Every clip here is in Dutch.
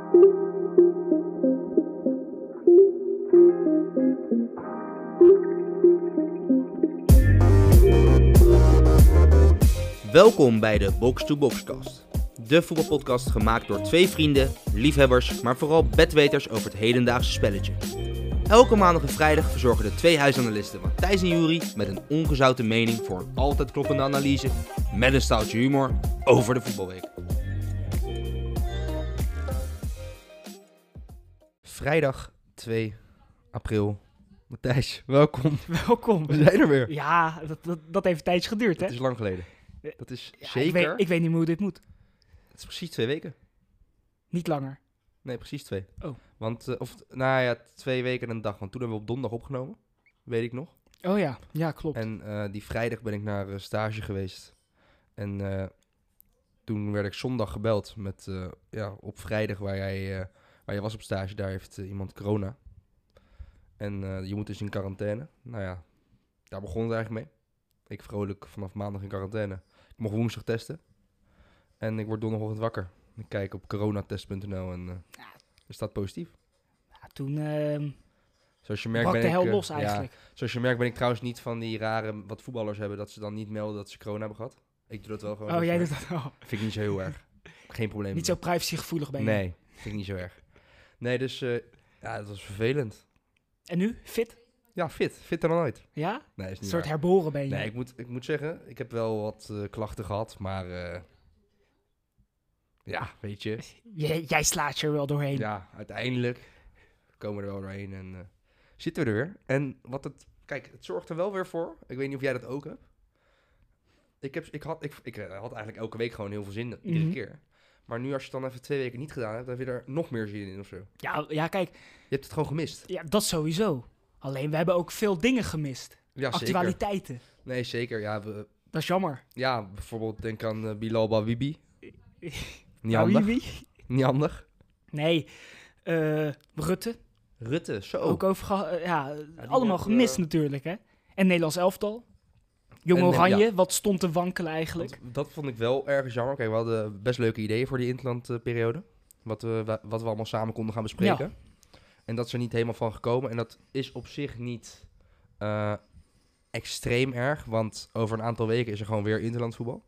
Welkom bij de Box-to-Boxcast. De voetbalpodcast gemaakt door twee vrienden, liefhebbers, maar vooral bedweters over het hedendaagse spelletje. Elke maandag en vrijdag verzorgen de twee huisanalisten Matthijs en Juri met een ongezouten mening voor een altijd kloppende analyse met een staaltje humor over de voetbalweek. Vrijdag 2 april. Matthijs, welkom. Welkom. We zijn er weer. Ja, dat heeft een tijdje geduurd, hè? Het is lang geleden. Dat is Ja, zeker... Ik weet niet meer hoe dit moet. Het is precies 2 weken. Niet langer. Nee, precies 2. Oh. Want, 2 weken en een dag. Want toen hebben we op donderdag opgenomen. Weet ik nog. Oh ja, ja, klopt. En die vrijdag ben ik naar stage geweest. En toen werd ik zondag gebeld met... op vrijdag waar jij was op stage, daar heeft iemand corona. En je moet dus in quarantaine. Nou ja, daar begon het eigenlijk mee. Ik vrolijk vanaf maandag in quarantaine. Ik mocht woensdag testen. En ik word donderdagochtend wakker. Ik kijk op coronatest.nl en er staat positief. Ja, toen Zoals je merkt brak ben de ik, hel los eigenlijk. zoals je merkt ben ik trouwens niet van die rare wat voetballers hebben, dat ze dan niet melden dat ze corona hebben gehad. Ik doe dat wel gewoon. Oh, jij doet dat wel. Vind ik niet zo heel erg. Geen probleem. Niet zo privacygevoelig ben je. Nee, vind ik niet zo erg. Nee, dus het was vervelend. En nu? Fit? Ja, fitter dan ooit. Ja? Nee, is Een niet soort waar. herboren ben je. Nee, ik moet zeggen, ik heb wel wat klachten gehad, maar ja, weet je. Jij slaat je er wel doorheen. Ja, uiteindelijk komen we er wel doorheen en zitten we er weer. En kijk, het zorgt er wel weer voor. Ik weet niet of jij dat ook hebt. Ik had eigenlijk elke week gewoon heel veel zin, iedere keer. Maar nu als je het dan even 2 weken niet gedaan hebt, dan heb je er nog meer zin in of zo. Ja, kijk. Je hebt het gewoon gemist. Ja, dat sowieso. Alleen, we hebben ook veel dingen gemist. Ja, Actualiteiten. zeker. Nee, zeker. Ja, Dat is jammer. ja, bijvoorbeeld denk aan Bilal Bawibi. Niet Nou, handig. wie? Niet handig. Nee. Rutte. Rutte, zo. Ook over allemaal had, gemist natuurlijk, hè. En Nederlands elftal. Jong En, Oranje, wat stond te wankelen eigenlijk. Want dat vond ik wel ergens jammer. Kijk, we hadden best leuke ideeën voor die interlandperiode. Wat we allemaal samen konden gaan bespreken. En dat is er niet helemaal van gekomen. En dat is op zich niet extreem erg. Want over een aantal weken is er gewoon weer interlandvoetbal.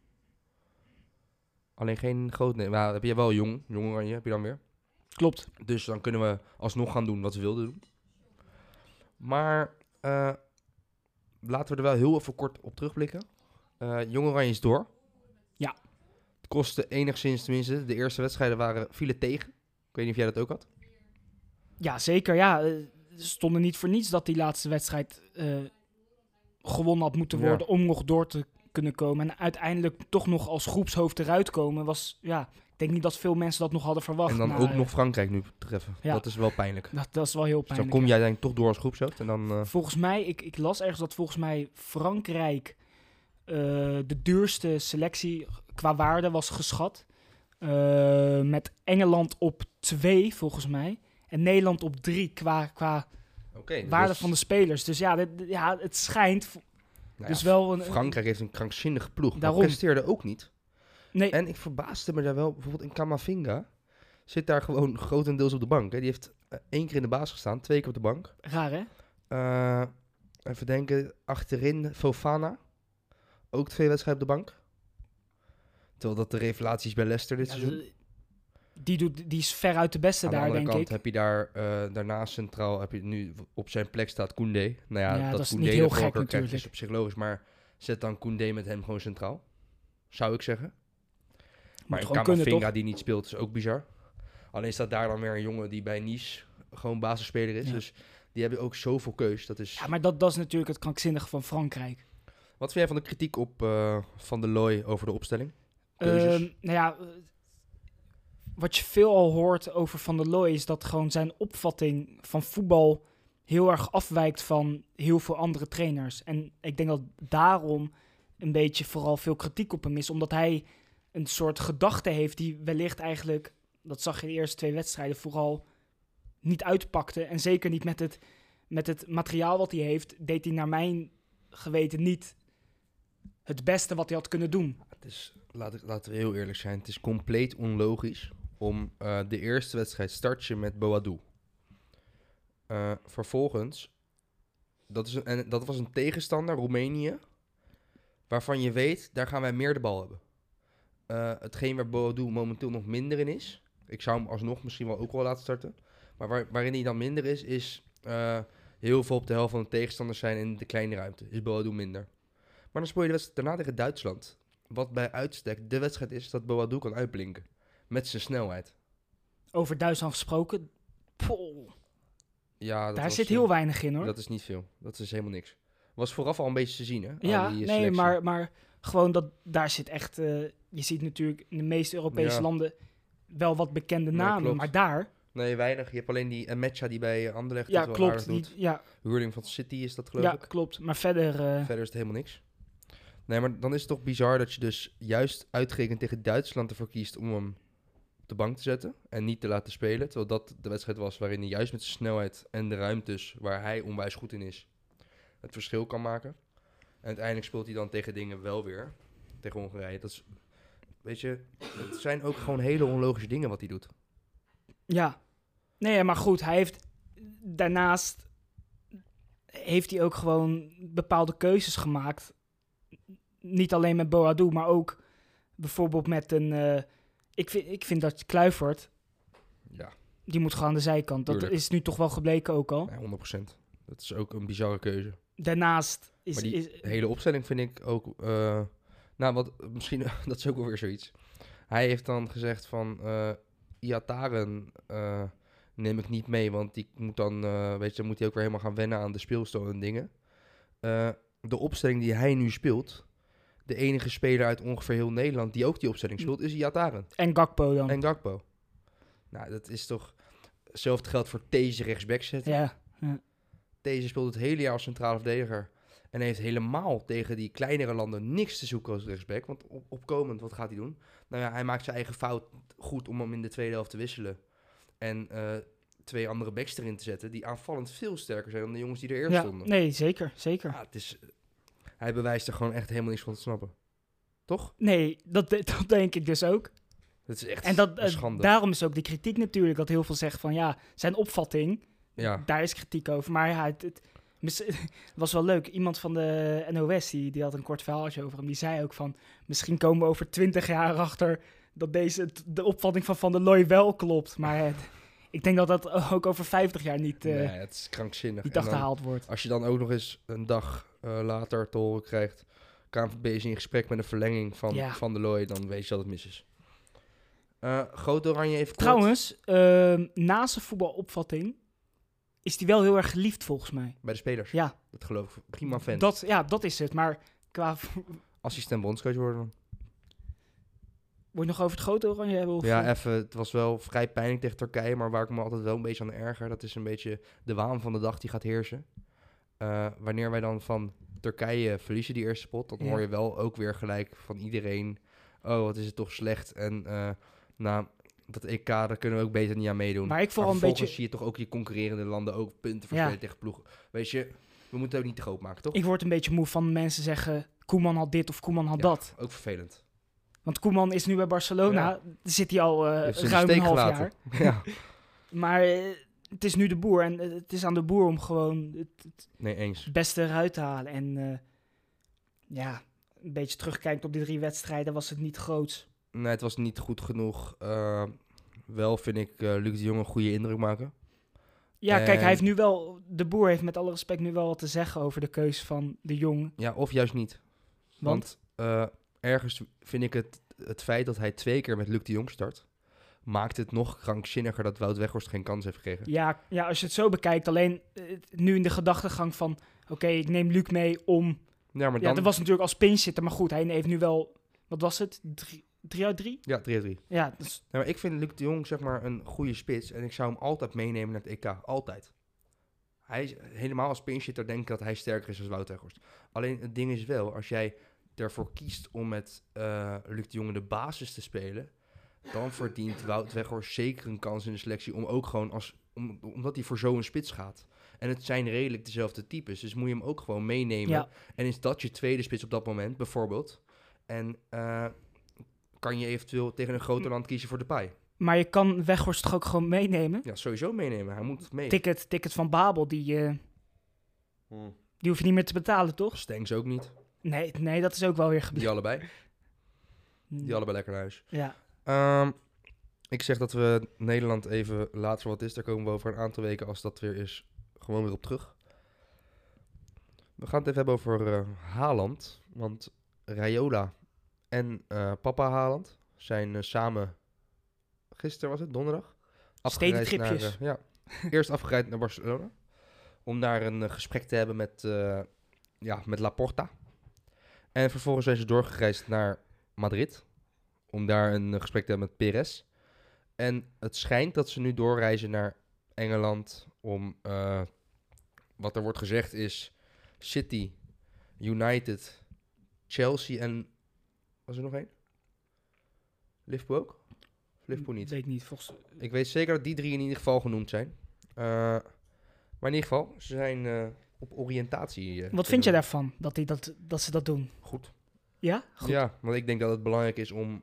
Alleen geen groot... Nee, maar heb je wel Jong Oranje heb je dan weer. Klopt. Dus dan kunnen we alsnog gaan doen wat we wilden doen. Maar laten we er wel heel even kort op terugblikken. Jong Oranje is door. Ja. Het kostte enigszins, tenminste, de eerste wedstrijden vielen tegen. Ik weet niet of jij dat ook had. Ja, zeker. Ja, er stonden niet voor niets dat die laatste wedstrijd gewonnen had moeten worden om nog door te kunnen komen. En uiteindelijk toch nog als groepshoofd eruit komen was... Ja, ik denk niet dat veel mensen dat nog hadden verwacht. En dan ook nog Frankrijk nu treffen. Ja. Dat is wel pijnlijk. Dat is wel heel Dus pijnlijk. dan kom jij denk ik toch door als groepshoofd en dan... Volgens mij, ik las ergens dat volgens mij Frankrijk de duurste selectie qua waarde was geschat. Met Engeland op 2 volgens mij. En Nederland op 3 qua waarde van de spelers. Dus ja, het schijnt... Nou dus ja, wel Frankrijk heeft een krankzinnige ploeg. Maar Daarom. presteerde ook niet. Nee. En ik verbaasde me daar wel. Bijvoorbeeld in Camavinga zit daar gewoon grotendeels op de bank. Hè. Die heeft 1 keer in de baas gestaan, 2 keer op de bank. Raar, hè? Even denken, achterin Fofana. Ook 2 wedstrijden op de bank. Terwijl dat de revelaties bij Leicester dit seizoen. Die is veruit de beste daar, denk ik. Aan de andere kant heb je daar daarnaast centraal, heb je nu op zijn plek staat Koundé. Nou ja, dat is Koundé niet heel de gek voorkeur krijgt natuurlijk. is op zich logisch, maar zet dan Koundé met hem gewoon centraal. Zou ik zeggen. Maar in Camavinga die niet speelt is ook bizar. Alleen staat daar dan weer een jongen die bij Nice gewoon basisspeler is. Ja. Dus die hebben ook zoveel keus. Dat is... Ja, maar dat is natuurlijk het krankzinnige van Frankrijk. Wat vind jij van de kritiek op Van der Looy over de opstelling? Wat je veel al hoort over Van der Looy is dat gewoon zijn opvatting van voetbal heel erg afwijkt van heel veel andere trainers. En ik denk dat daarom een beetje vooral veel kritiek op hem is. Omdat hij een soort gedachte heeft die wellicht eigenlijk, dat zag je de eerste 2 wedstrijden, vooral niet uitpakte. En zeker niet met het materiaal wat hij heeft, deed hij naar mijn geweten niet het beste wat hij had kunnen doen. Laten we heel eerlijk zijn, het is compleet onlogisch De eerste wedstrijd start je met Boadou. Vervolgens, dat was een tegenstander, Roemenië, waarvan je weet, daar gaan wij meer de bal hebben. Hetgeen waar Boadou momenteel nog minder in is, ik zou hem alsnog misschien wel ook wel laten starten, maar waarin hij dan minder is heel veel op de helft van de tegenstanders zijn in de kleine ruimte. Is Boadou minder. Maar dan speel je de wedstrijd daarna tegen Duitsland. Wat bij uitstek de wedstrijd is dat Boadou kan uitblinken. Met zijn snelheid. Over Duitsland gesproken. Poh, Ja, daar zit heel weinig in, hoor. Dat is niet veel. Dat is helemaal niks. Was vooraf al een beetje te zien, hè? Ja, die nee, selectie. maar gewoon daar zit echt... je ziet natuurlijk in de meeste Europese landen wel wat bekende Nee, namen. klopt. Maar daar... Nee, weinig. Je hebt alleen die Emetja die bij Anderlecht Ja, het wel klopt. aardig doet. Ja, Huurling van City is dat, geloof ja, ik. klopt. Maar verder... Verder is het helemaal niks. Nee, maar dan is het toch bizar dat je dus juist uitgerekend tegen Duitsland ervoor kiest om hem op de bank te zetten en niet te laten spelen. Terwijl dat de wedstrijd was waarin hij juist met zijn snelheid en de ruimtes waar hij onwijs goed in is, het verschil kan maken. En uiteindelijk speelt hij dan tegen dingen wel weer. Tegen Hongarije. Dat is, weet je, het zijn ook gewoon hele onlogische dingen wat hij doet. Ja. Nee, maar goed, hij heeft... Daarnaast heeft hij ook gewoon bepaalde keuzes gemaakt. Niet alleen met Boadou, maar ook bijvoorbeeld met een... Ik vind dat Kluivert, Ja, die moet gewoon aan de zijkant. Dat Tuurlijk. is nu toch wel gebleken ook al. ja, 100%. Dat is ook een bizarre keuze. Daarnaast is... Maar die is hele opstelling vind ik ook... wat misschien... dat is ook wel weer zoiets. Hij heeft dan gezegd van... Iataren neem ik niet mee, want die moet dan... dan moet hij ook weer helemaal gaan wennen aan de speelstijl en dingen. De opstelling die hij nu speelt... De enige speler uit ongeveer heel Nederland die ook die opstelling speelt, is Iataren. en Gakpo dan. En Gakpo. Nou, dat is toch... Hetzelfde geldt voor These rechtsback zetten. Ja. Deze speelt het hele jaar als centrale verdediger. En heeft helemaal tegen die kleinere landen niks te zoeken als rechtsback. Want opkomend, wat gaat hij doen? Nou ja, hij maakt zijn eigen fout goed om hem in de tweede helft te wisselen. En 2 andere backs erin te zetten die aanvallend veel sterker zijn dan de jongens die er eerst stonden. Nee, zeker. Ja, hij bewijst er gewoon echt helemaal niks van te snappen. Toch? Nee, dat denk ik dus ook. Dat is echt En een schande. daarom is ook die kritiek natuurlijk, dat heel veel zeggen van ja, zijn opvatting, Ja. daar is kritiek over. Maar ja, het was wel leuk. Iemand van de NOS, die had een kort verhaaltje over hem. Die zei ook van, misschien komen we over 20 jaar achter dat de opvatting van Van der Looy wel klopt. Maar ik denk dat dat ook over 50 jaar niet Het is krankzinnig. niet En dan- achterhaald wordt. Als je dan ook nog eens een dag later te horen krijgt... KNVB is in gesprek met een verlenging van de Looy... dan weet je dat het mis is. Groot Oranje even kort. Trouwens, naast zijn voetbalopvatting is hij wel heel erg geliefd volgens mij. Bij de spelers. Ja, Dat geloof ik. Prima fan. dat is het. Maar Assistent bondscoach worden dan. Word je nog over het grote Oranje hebben? Of? Ja, even. Het was wel vrij pijnlijk tegen Turkije... maar waar ik me altijd wel een beetje aan erger... dat is een beetje de waan van de dag die gaat heersen. Wanneer wij dan van Turkije verliezen die eerste pot... dan hoor je wel ook weer gelijk van iedereen... oh, wat is het toch slecht. En dat EK, daar kunnen we ook beter niet aan meedoen. Maar ik vooral een vervolgens beetje... zie je toch ook je concurrerende landen ook punten verspelen tegen ploegen. Weet je, we moeten het ook niet te groot maken, toch? Ik word een beetje moe van mensen zeggen... Koeman had dit of Koeman had dat. Ook vervelend. Want Koeman is nu bij Barcelona. Daar zit hij al Heeft ze in de ruim een steek half gelaten. jaar. Ja. Maar het is nu de boer. En het is aan de boer om gewoon het Nee, eens. beste eruit te halen. En een beetje terugkijkt op die 3 wedstrijden was het niet groots. Nee, het was niet goed genoeg. Wel vind ik Luc de Jong een goede indruk maken. Ja, kijk, En- hij heeft nu wel... De boer heeft met alle respect nu wel wat te zeggen over de keuze van de Jong. Ja, of juist niet. Want ergens vind ik het feit dat hij 2 keer met Luc de Jong start... maakt het nog krankzinniger dat Wout Weghorst geen kans heeft gekregen. Ja, als je het zo bekijkt, alleen nu in de gedachtegang van... Oké, ik neem Luc mee om... Ja, maar Ja, dan... dat was natuurlijk als pinchitter, maar goed, hij heeft nu wel... Wat was het? 3 uit 3? Ja, 3-3. Ja, dat is, Ja, maar ik vind Luc de Jong zeg maar een goede spits. En ik zou hem altijd meenemen naar het EK. Altijd. Hij is helemaal als pinchitter denk ik dat hij sterker is dan Wout Weghorst. Alleen het ding is wel, als jij ervoor kiest om met Luc de Jong de basis te spelen... dan verdient Wout Weghorst zeker een kans in de selectie om ook gewoon omdat hij voor zo'n spits gaat. En het zijn redelijk dezelfde types. Dus moet je hem ook gewoon meenemen. Ja. En is dat je tweede spits op dat moment, bijvoorbeeld. En kan je eventueel tegen een groter land kiezen voor Depay. Maar je kan Weghorst toch ook gewoon meenemen? Ja, sowieso meenemen. Hij moet mee. Ticket van Babel, die hoef je niet meer te betalen, toch? Stengs ook niet. Nee, dat is ook wel weer gebeurd. Die allebei. Die allebei lekker naar huis. Ja. Ik zeg dat we Nederland even later wat is. Daar komen we over een aantal weken, als dat weer is, gewoon weer op terug. We gaan het even hebben over Haaland. Want Raiola en papa Haaland zijn samen, gisteren was het, donderdag, afgereisd naar, Stedentripjes. eerst afgereisd naar Barcelona. Om daar een gesprek te hebben met Laporta. En vervolgens zijn ze doorgereisd naar Madrid. Om daar een gesprek te hebben met Perez. En het schijnt dat ze nu doorreizen naar Engeland om, wat er wordt gezegd is, City, United, Chelsea en, was er nog één? Liverpool ook? Of Liverpool niet? Weet niet, Ik weet zeker dat die 3 in ieder geval genoemd zijn. Maar in ieder geval, ze zijn op oriëntatie. Wat vind je daarvan, dat ze dat doen? Goed. Ja? Goed. Ja, want ik denk dat het belangrijk is om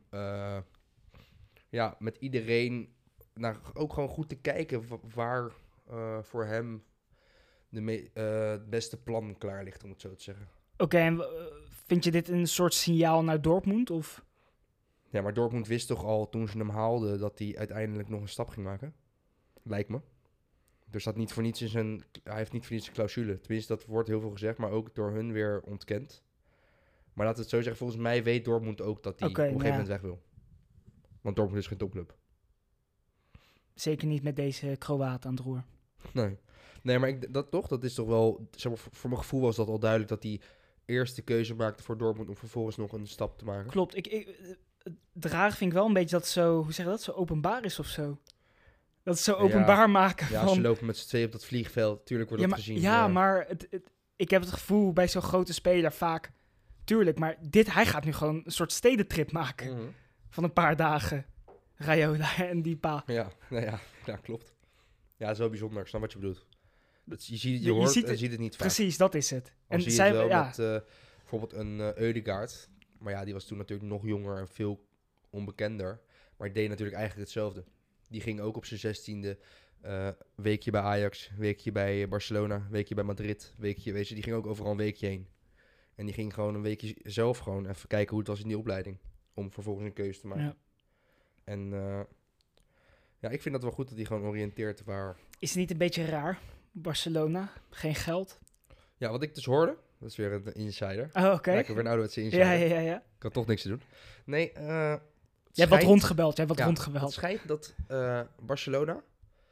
met iedereen ook gewoon goed te kijken waar voor hem het beste plan klaar ligt, om het zo te zeggen. Oké, en vind je dit een soort signaal naar Dortmund? Of? Ja, maar Dortmund wist toch al toen ze hem haalden dat hij uiteindelijk nog een stap ging maken? Lijkt me. Dus dat niet voor niets hij heeft niet voor niets een clausule. Tenminste, dat wordt heel veel gezegd, maar ook door hun weer ontkend. Maar laat het zo zeggen, volgens mij weet Dortmund ook dat hij op een gegeven moment weg wil. Want Dortmund is geen topclub. Zeker niet met deze Kroaat aan het roer. Nee, maar dat is toch wel, zeg maar, voor mijn gevoel was dat al duidelijk dat hij eerst de keuze maakte voor Dortmund om vervolgens nog een stap te maken. Klopt. Het rare vind ik wel een beetje dat zo, hoe zeg je dat, zo openbaar is of zo. Dat is zo openbaar maken van... Ja, ze lopen met z'n tweeën op dat vliegveld. Tuurlijk wordt dat gezien. Ja, maar ik heb het gevoel bij zo'n grote speler vaak... Tuurlijk, maar hij gaat nu gewoon een soort stedentrip maken. Mm-hmm. Van een paar dagen. Raiola en die pa. Ja, klopt. Ja, dat is wel bijzonder. Ik snap wat je bedoelt. Je hoort en ziet het niet vaak. Precies, dat is het. En zie je het wel met bijvoorbeeld een Ødegaard. Maar ja, die was toen natuurlijk nog jonger en veel onbekender. Maar die deed natuurlijk eigenlijk hetzelfde. Die ging ook op zijn 16e weekje bij Ajax, weekje bij Barcelona, weekje bij Madrid, die ging ook overal een weekje heen. En die ging gewoon een weekje zelf gewoon even kijken hoe het was in die opleiding. Om vervolgens een keuze te maken. Ja. En ik vind dat wel goed dat hij gewoon oriënteert waar... Is het niet een beetje raar? Barcelona, geen geld. Ja, wat ik dus hoorde, dat is weer een insider. Oh, oké. Lekker weer een ouderwetse insider. Ja. Ik had toch niks te doen. Nee, jij hebt wat rondgebeld. Het schijnt dat Barcelona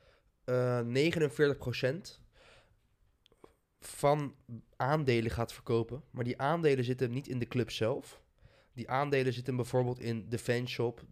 49% van aandelen gaat verkopen. Maar die aandelen zitten niet in de club zelf. Die aandelen zitten bijvoorbeeld in de fanshop,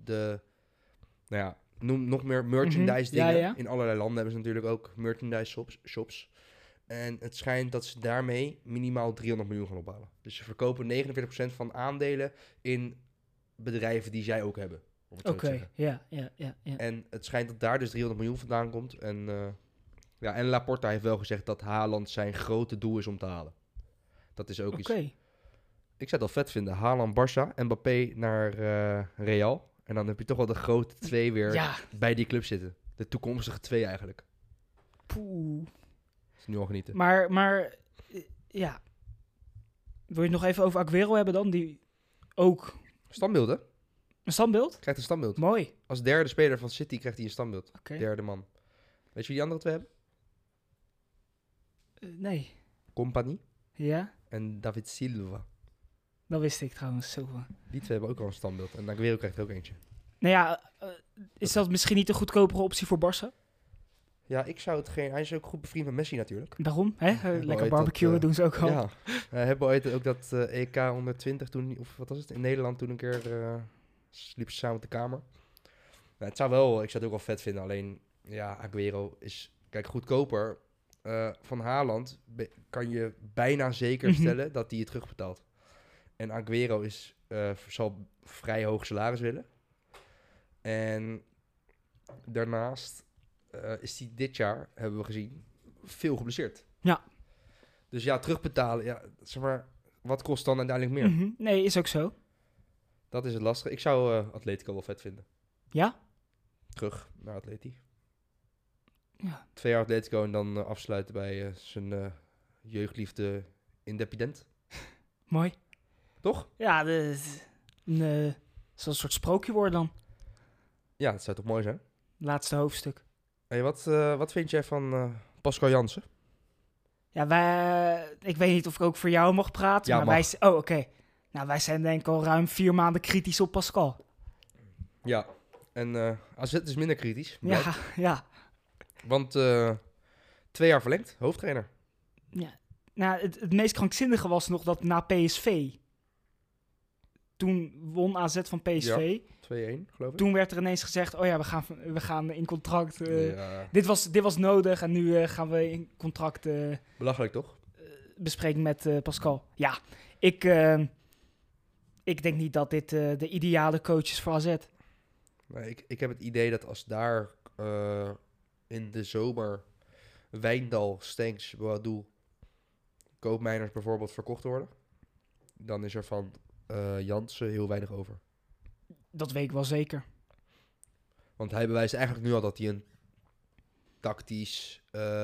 noem nog meer merchandise dingen. Ja. In allerlei landen hebben ze natuurlijk ook merchandise shops. En het schijnt dat ze daarmee minimaal 300 miljoen gaan ophalen. Dus ze verkopen 49% van aandelen in bedrijven die zij ook hebben. Oké, ja. En het schijnt dat daar dus 300 miljoen vandaan komt. En Laporta heeft wel gezegd dat Haaland zijn grote doel is om te halen. Dat is ook iets. Ik zou het wel vet vinden. Haaland, Barça, Mbappé naar Real. En dan heb je toch wel de grote twee weer bij die club zitten. De toekomstige twee eigenlijk. Poeh. Dat is nu al genieten. Maar ja. Wil je het nog even over Aguero hebben dan? Die ook... Standbeeld, hè? Een standbeeld? Krijgt een standbeeld. Mooi. Als derde speler van City krijgt hij een standbeeld. Okay. Derde man. Weet je wie die andere twee hebben? Nee. Kompany. Ja? En David Silva. Dat wist ik trouwens. Silva. Die twee hebben ook al een standbeeld. En Aguero krijgt er ook eentje. Nou ja, is dat misschien niet een goedkopere optie voor Barça? Ja, ik zou het geen... Hij is ook goed bevriend met Messi natuurlijk. Daarom, hè? Lekker barbecuen doen ze ook al. Ja, hebben ooit ook dat EK 120 toen... Of wat was het? In Nederland toen een keer... liepen ze samen op de kamer. Nou, het zou wel... Ik zou het ook wel vet vinden. Alleen, ja, Aguero is... Kijk, goedkoper. Van Haaland kan je bijna zeker stellen dat hij het terugbetaalt. En Aguero zal vrij hoog salaris willen. En daarnaast is hij dit jaar, hebben we gezien, veel geblesseerd. Ja. Dus ja, terugbetalen, ja, zeg maar, wat kost dan uiteindelijk meer? Mm-hmm. Nee, is ook zo. Dat is het lastige. Ik zou Atletico wel vet vinden. Ja? terug naar Atleti. Ja. 2 jaar Atletico en dan afsluiten bij zijn jeugdliefde Independent. Mooi. Toch? Ja, het zal een soort sprookje worden dan. Ja, dat zou toch mooi zijn? Laatste hoofdstuk. Hey, wat vind jij van Pascal Jansen? Ja, ik weet niet of ik ook voor jou mag praten. Ja, maar mag. oké. Nou, wij zijn denk ik al ruim 4 maanden kritisch op Pascal. Ja, en AZ is minder kritisch. Ja, blijkt. ja. Want 2 jaar verlengd, hoofdtrainer. Ja. Nou, het meest krankzinnige was nog dat na PSV... Toen won AZ van PSV. 2-1, geloof ik. Toen werd er ineens gezegd... Oh ja, we gaan in contract... Ja, Dit was nodig en nu gaan we in contract belachelijk toch? bespreken met Pascal. Ja, ik denk niet dat dit de ideale coach is voor AZ. Nee, ik heb het idee dat als daar in de zomer Wijndal, Stenks, Boadou, Koopmeiners bijvoorbeeld verkocht worden, dan is er van Jansen heel weinig over. Dat weet ik wel zeker. Want hij bewijst eigenlijk nu al dat hij een tactisch...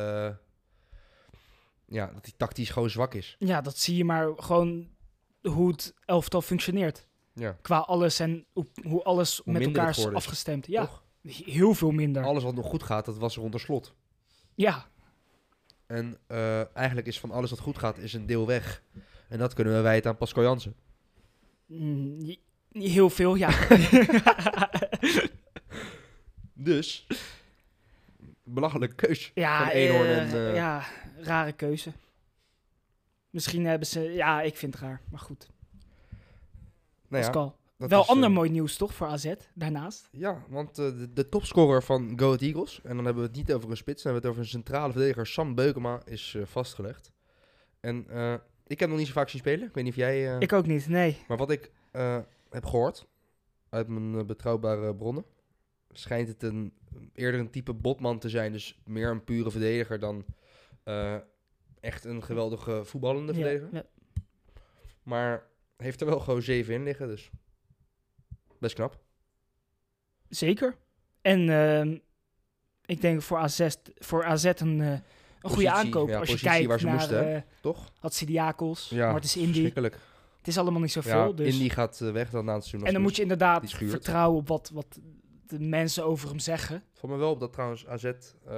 dat hij tactisch gewoon zwak is. Ja, dat zie je maar gewoon hoe het elftal functioneert. Ja. Qua alles en hoe alles Hoe met minder elkaar het is geworden is, afgestemd. Ja, toch? heel veel minder. Alles wat nog goed gaat, dat was er onder slot. Ja, En eigenlijk is van alles wat goed gaat, is een deel weg. En dat kunnen we wijten aan Pascal Jansen. Heel veel, ja. Dus, belachelijke keus Ja, van Eenhoorn en... ja, rare keuze. Misschien hebben ze... Ja, ik vind het raar, maar goed. nou ja, Pascal. dat Wel is, ander mooi nieuws toch voor AZ, daarnaast? Ja, want de topscorer van Go Ahead Eagles, en dan hebben we het niet over een spits, dan hebben we het over een centrale verdediger, Sam Beukema, is vastgelegd. En ik heb hem nog niet zo vaak zien spelen. Ik weet niet of jij... Ik ook niet, nee. Maar wat ik heb gehoord uit mijn betrouwbare bronnen, schijnt het eerder een type botman te zijn. Dus meer een pure verdediger dan echt een geweldige voetballende verdediger. Ja. Maar heeft er wel gewoon 7 in liggen, dus best knap. Zeker. En ik denk voor AZ een goede aankoop. Ja, als je positie kijkt waar ze naar moesten, toch? Hatsidiakos, Ja, Martens Indy. verschrikkelijk. Het is allemaal niet Ja, zoveel. Dus. Indy gaat weg dan na het seizoen. En dan moet je inderdaad die schuurt. vertrouwen op wat de mensen over hem zeggen. Valt me wel op dat trouwens AZ...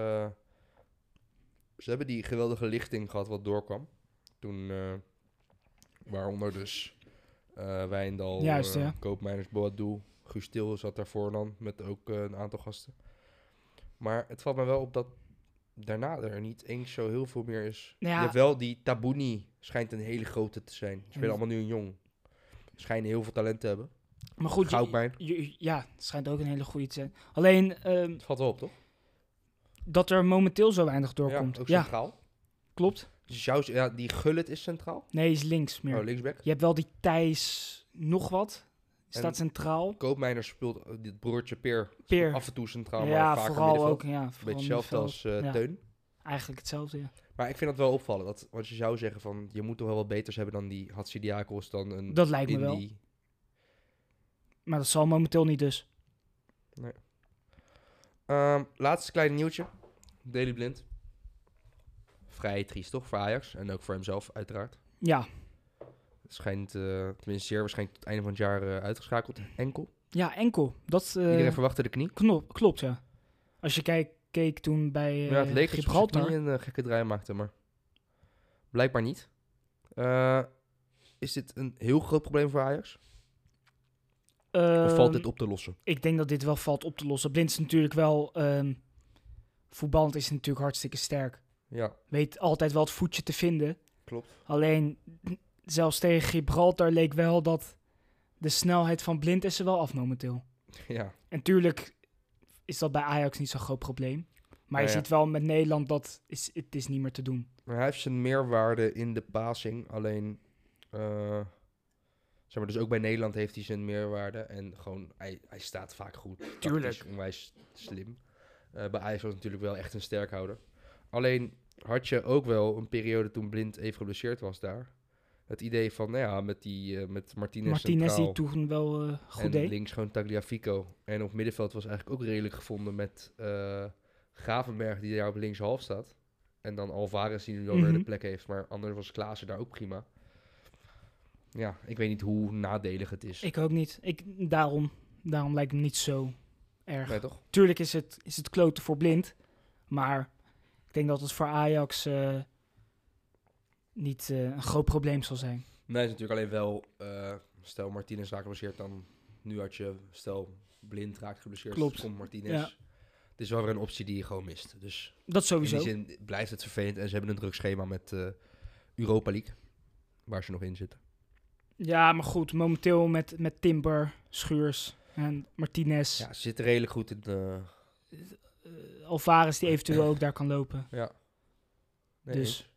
ze hebben die geweldige lichting gehad wat doorkwam. Toen, waaronder dus Wijndal, Juist, ja. Koopmeiners, Boadou, Guus Til zat daarvoor dan, met ook een aantal gasten. Maar het valt me wel op dat daarna er niet eens zo heel veel meer is. Ja. Je hebt wel die Tabouni, schijnt een hele grote te zijn. Ze spelen Ja. allemaal nu een jong. Schijnen heel veel talent te hebben. Maar goed, Goudmijn. ja, het schijnt ook een hele goede te zijn. Alleen Het valt wel op, toch? dat er momenteel zo weinig doorkomt. Ja, ook Ja, centraal. klopt. Dus die Gullit is centraal. Nee, is links meer. Oh, linksback. Je hebt wel die Thijs nog wat. Die staat En centraal. Koopmeiners speelt dit broertje Peer. Peer. Af en toe centraal, maar Ja, vaker vooral middenveld. ook. Ja, Een vooral beetje hetzelfde middenveld. als Ja, Teun. eigenlijk hetzelfde, ja. Maar ik vind dat wel opvallen. Want je zou zeggen van, je moet toch wel wat beters hebben dan die Hatsidiakos, dan een Dat lijkt me wel. Indy. Maar dat zal momenteel niet dus. Laatste kleine nieuwtje. Daley Blind. Vrij triest toch voor Ajax. En ook voor hemzelf uiteraard. Ja, Het schijnt, tenminste zeer waarschijnlijk tot het einde van het jaar uitgeschakeld. Enkel. ja, enkel. Dat Iedereen verwachtte de knie. klopt, ja. Als je keek toen bij Ja, het leek alsof zijn Gibraltar. knie een gekke draai maakte, maar blijkbaar niet. Is dit een heel groot probleem voor Ajax? Of valt dit op te lossen? Ik denk dat dit wel valt op te lossen. Blind is natuurlijk wel... voetballend is hij natuurlijk hartstikke sterk. Ja, Weet altijd wel het voetje te vinden. klopt. Alleen, zelfs tegen Gibraltar leek wel dat de snelheid van Blind is er wel af momenteel. Ja, En tuurlijk is dat bij Ajax niet zo'n groot probleem. Maar je Ja, ja. ziet wel met Nederland dat het is niet meer te doen. maar hij heeft zijn meerwaarde in de passing. Alleen, zeg maar, dus ook bij Nederland heeft hij zijn meerwaarde. En gewoon, hij staat vaak goed. Tuurlijk. Tactisch onwijs slim. Bij Ajax was natuurlijk wel echt een sterkhouder. Alleen had je ook wel een periode toen Blind even geblesseerd was daar. het idee van, nou ja, met Martinez Martinez die centraal toen wel goed en deed. links gewoon Tagliafico. En op middenveld was eigenlijk ook redelijk gevonden met Gravenberg die daar op linkshalf staat. En dan Alvarez die nu wel weer de plek heeft. Maar anders was Klaassen daar ook prima. Ja, ik weet niet hoe nadelig het is. Ik ook niet. Daarom lijkt me niet zo erg. Nee, toch? Tuurlijk is het kloten voor Blind. Maar ik denk dat het voor Ajax niet een groot probleem zal zijn. Nee, het is natuurlijk alleen wel... stel Martinez raakt geblesseerd, dan... Nu had je... Stel Blind raakt geblesseerd, Klopt. komt Martinez. Ja. Het is wel weer een optie die je gewoon mist. Dus Dat sowieso. in die zin blijft het vervelend. En ze hebben een druk schema met Europa League. Waar ze nog in zitten. Ja, maar goed. Momenteel met Timber, Schuurs en Martinez. Ja, ze zitten redelijk goed in de... Alvarez die eventueel ook daar kan lopen. Ja. Nee, Dus. eens.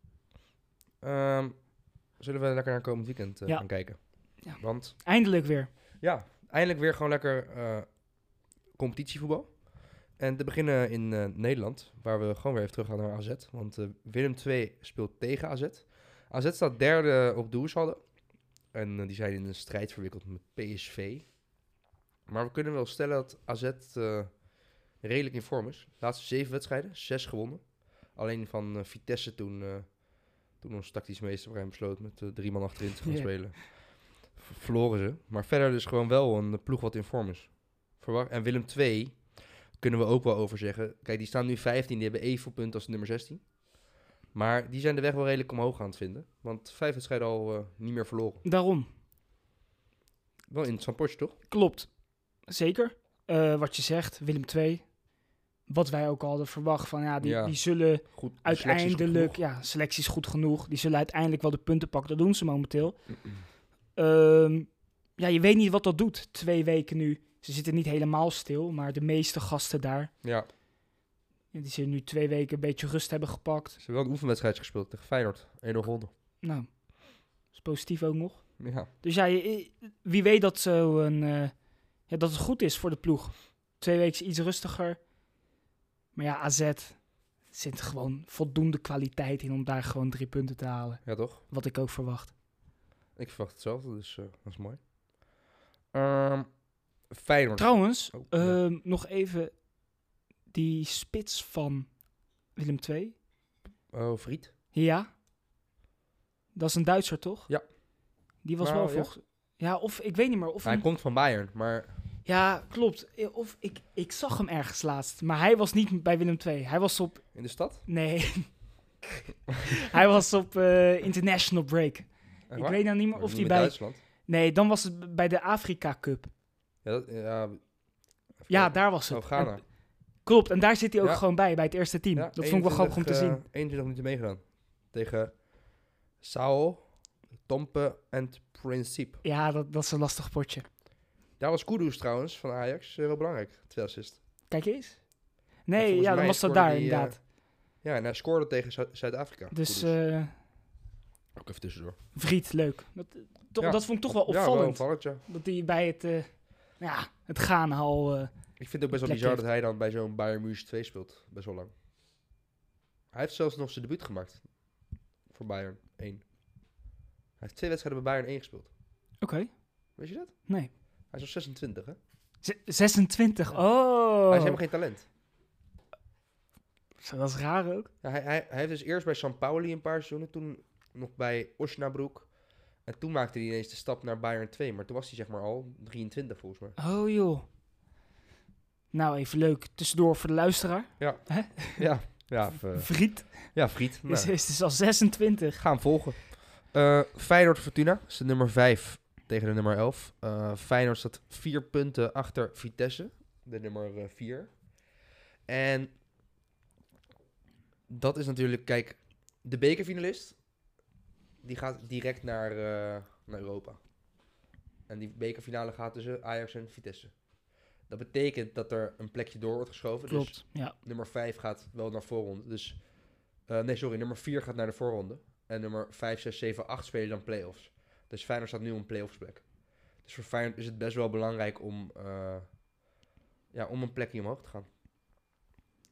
Zullen we lekker naar komend weekend gaan kijken? Ja. Want Eindelijk weer. ja, eindelijk weer gewoon lekker competitievoetbal. En te beginnen in Nederland, waar we gewoon weer even terug gaan naar AZ. Want Willem II speelt tegen AZ. AZ staat derde op doelsaldo. En die zijn in een strijd verwikkeld met PSV. Maar we kunnen wel stellen dat AZ redelijk in vorm is. De laatste 7 wedstrijden, 6 gewonnen. Alleen van Vitesse toen ons tactisch meester besloot met 3 man achterin te gaan spelen. Verloren ze. Maar verder dus gewoon wel een ploeg wat in vorm is. En Willem II kunnen we ook wel over zeggen. Kijk, die staan nu 15, die hebben evenveel punten als nummer 16. Maar die zijn de weg wel redelijk omhoog aan het vinden. Want 5 wedstrijden al niet meer verloren. Daarom. Wel een interessant potje, toch? Klopt. Zeker. Wat je zegt, Willem II. Wat wij ook al hadden verwacht van die zullen Goed, uiteindelijk... Selectie is goed genoeg. Die zullen uiteindelijk wel de punten pakken. Dat doen ze momenteel. Je weet niet wat dat doet. 2 weken nu. Ze zitten niet helemaal stil, maar de meeste gasten daar... Ja. Die zullen nu 2 weken een beetje rust hebben gepakt. Ze hebben wel een oefenwedstrijd gespeeld tegen Feyenoord. 1-0 gewonnen. Nou, is positief ook nog. Ja. Dus wie weet dat dat het goed is voor de ploeg. 2 weken iets rustiger. Maar ja, AZ zit gewoon voldoende kwaliteit in om daar gewoon 3 punten te halen. Ja, toch? Wat ik ook verwacht. Ik verwacht hetzelfde, dus dat is mooi. Feyenoord. Trouwens, nog even die spits van Willem II. Oh, Vriet. Ja. Dat is een Duitser, toch? Ja. Die was wel volgens... Ja, of ik weet niet meer. Hij komt van Bayern, maar... Ja, klopt. Of ik zag hem ergens laatst. Maar hij was niet bij Willem II. Hij was op... In de stad? Nee. Hij was op international break. Ik weet nou niet meer of hij bij... Duitsland? Nee, dan was het bij de Afrika Cup. Ja, daar was het. Ghana. Klopt, en daar zit hij ook gewoon bij het eerste team. Ja, dat vond ik wel grappig om te zien. 21 minuten meegedaan. Tegen Sao, Tompe en Principe. Ja, dat is een lastig potje. Daar was Kudus trouwens, van Ajax, heel belangrijk. 2 assists. Kijk eens. Nee, dan was dat daar inderdaad. Ja, en hij scoorde tegen Zuid-Afrika. Dus... ook even tussendoor. Vriet, leuk. Dat vond ik toch wel opvallend. Ja, wel opvallend, ja. Dat hij bij het Ghana al... ik vind het ook best wel bizar dat hij dan bij zo'n Bayern München 2 speelt. Best wel lang. Hij heeft zelfs nog zijn debuut gemaakt. Voor Bayern 1. Hij heeft 2 wedstrijden bij Bayern 1 gespeeld. Oké. Weet je dat? Nee. Hij is al 26, hè? 26? Oh. Hij is helemaal geen talent. Dat is raar ook. Ja, hij heeft dus eerst bij San Pauli een paar seizoenen. Toen nog bij Osnabrück. En toen maakte hij ineens de stap naar Bayern 2. Maar toen was hij zeg maar al 23 volgens mij. Oh joh. Nou, even leuk tussendoor voor de luisteraar. Ja. Hè? Ja. Vriet. Ja, Vriet. Nou. Is dus al 26. Ga hem volgen. Feyenoord Fortuna is de nummer 5 tegen de nummer 11. Feyenoord staat 4 punten achter Vitesse, de nummer 4. En dat is natuurlijk, kijk, de bekerfinalist, die gaat direct naar Europa. En die bekerfinale gaat tussen Ajax en Vitesse. Dat betekent dat er een plekje door wordt geschoven. Klopt, dus ja. Nummer 5 gaat wel naar voorronde. Dus, nummer 4 gaat naar de voorronde. En nummer 5, 6, 7, 8 spelen dan play-offs. Dus Feyenoord staat nu op een play-offs plek. Dus voor Feyenoord is het best wel belangrijk om een plekje omhoog te gaan.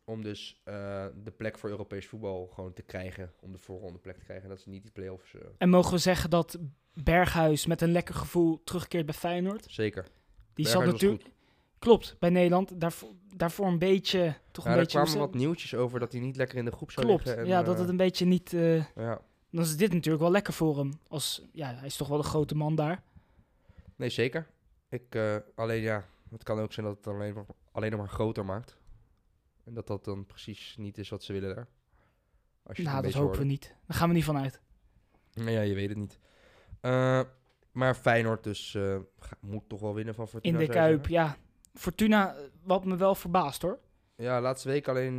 om dus de plek voor Europees voetbal gewoon te krijgen. Om de voorronde plek te krijgen. Dat is niet die play-offs. En mogen we zeggen dat Berghuis met een lekker gevoel terugkeert bij Feyenoord? Zeker. Die Berghuis zat was natuurlijk... goed. Klopt, bij Nederland. Daarvoor een beetje... Toch een Er beetje kwamen wat nieuwtjes over dat hij niet lekker in de groep zou Klopt, liggen. En, ja, dat het een beetje niet... Ja. Dan is dit natuurlijk wel lekker voor hem. Hij is toch wel de grote man daar. Nee, zeker. Alleen ja, het kan ook zijn dat het alleen nog maar groter maakt. En dat dan precies niet is wat ze willen daar. Als je het Nou, een dat beetje hopen we hoorde. niet. Daar gaan we niet van uit. Nou ja, je weet het niet. Maar Feyenoord dus moet toch wel winnen van Fortuna. In de zou je Kuip, ja. Fortuna, wat me wel verbaast hoor. zeggen. Ja, laatste week alleen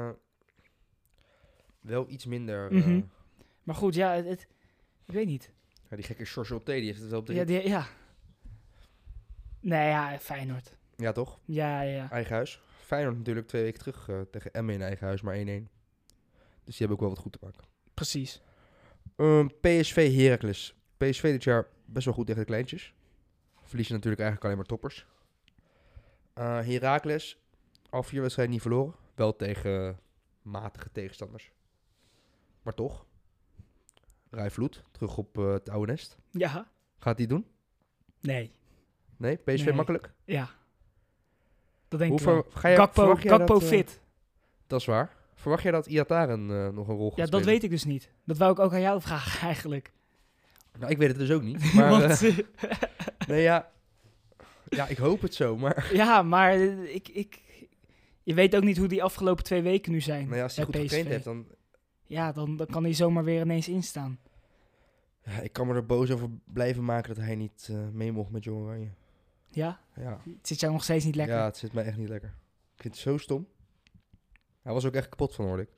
wel iets minder. Mhm. Maar goed, ja, ik weet niet. Ja, die gekke George die heeft het wel op de Ja, rit. ja. Nee, ja, Feyenoord. Ja, toch? Ja. Eigen huis. Feyenoord natuurlijk 2 weken terug tegen Emmen in eigen huis, maar 1-1. Dus die hebben ook wel wat goed te maken. Precies. PSV Heracles. PSV dit jaar best wel goed tegen de kleintjes. Verliezen natuurlijk eigenlijk alleen maar toppers. Heracles, al 4 wedstrijden niet verloren. Wel tegen matige tegenstanders. Maar toch. Rijvloed, terug op het oude nest. Ja. Gaat hij doen? Nee. Nee? PSV Nee. makkelijk? Ja. Dat denk Hoe ik wel. verwacht jij Gakpo dat, fit. Dat is waar. Verwacht jij dat Iataren nog een rol gaat Ja, spelen? dat weet ik dus niet. Dat wou ik ook aan jou vragen eigenlijk. Nou, ik weet het dus ook niet. Maar, Want, nee, ja, ik hoop het zo. Maar ja, maar je weet ook niet hoe die afgelopen 2 weken nu zijn. nou ja, als hij bij goed PSV. getraind heeft, dan... Ja, dan kan hij zomaar weer ineens instaan. Ja, ik kan me er boos over blijven maken dat hij niet mee mocht met Jong Oranje. Ja? Ja. Het zit jou nog steeds niet lekker. Ja, het zit mij echt niet lekker. Ik vind het zo stom. Hij was ook echt kapot van, hoorde ik.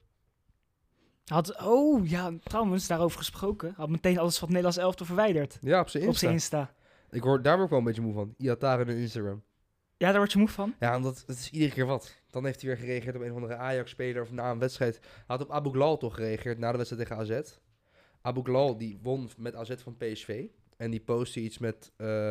Trouwens, daarover gesproken. Had meteen alles van het Nederlands elftal verwijderd. Ja, op zijn Op Insta. zijn Insta. Daar word ik wel een beetje moe van. Iataren en Instagram. Ja, daar word je moe van? Ja, omdat het is iedere keer wat. Dan heeft hij weer gereageerd op een of andere Ajax-speler of na een wedstrijd. Hij had op Abu Ghlal toch gereageerd na de wedstrijd tegen AZ. Abu Ghlal die won met AZ van PSV. En die postte iets met...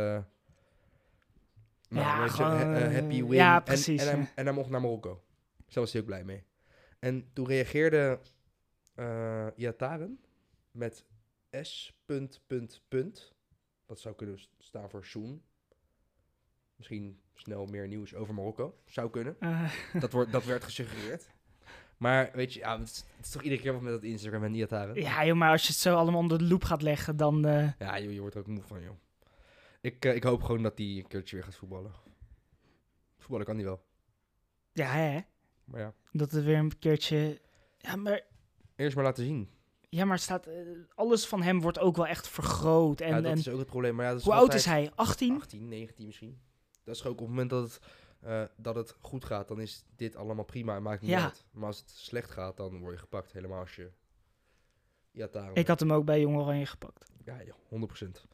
happy win. Ja, precies. En hij mocht naar Marokko. Zo was hij ook blij mee. En toen reageerde Iataren met S... Dat zou kunnen staan voor Soen. Misschien snel meer nieuws over Marokko. Zou kunnen. Dat werd gesuggereerd. Maar weet je, ja, het is toch iedere keer wat met dat Instagram en Iataren. Ja, joh, maar als je het zo allemaal onder de loep gaat leggen, dan... Ja, joh, je wordt er ook moe van, joh. Ik hoop gewoon dat hij een keertje weer gaat voetballen. Voetballen kan hij wel. Ja, hè? Maar ja, Dat het weer een keertje... Ja, maar eerst maar laten zien. het staat... alles van hem wordt ook wel echt vergroot. En, Ja, dat en is ook het probleem. Maar ja, dat is hoe oud altijd is hij? 18? 18, 19 misschien. Dat is ook op het moment dat het goed gaat, dan is dit allemaal prima en maakt niet Ja. uit. Maar als het slecht gaat, dan word je gepakt. Helemaal als je... Ja, daarom. Ik had hem ook bij Jong Oranje gepakt. Ja, joh, 100%.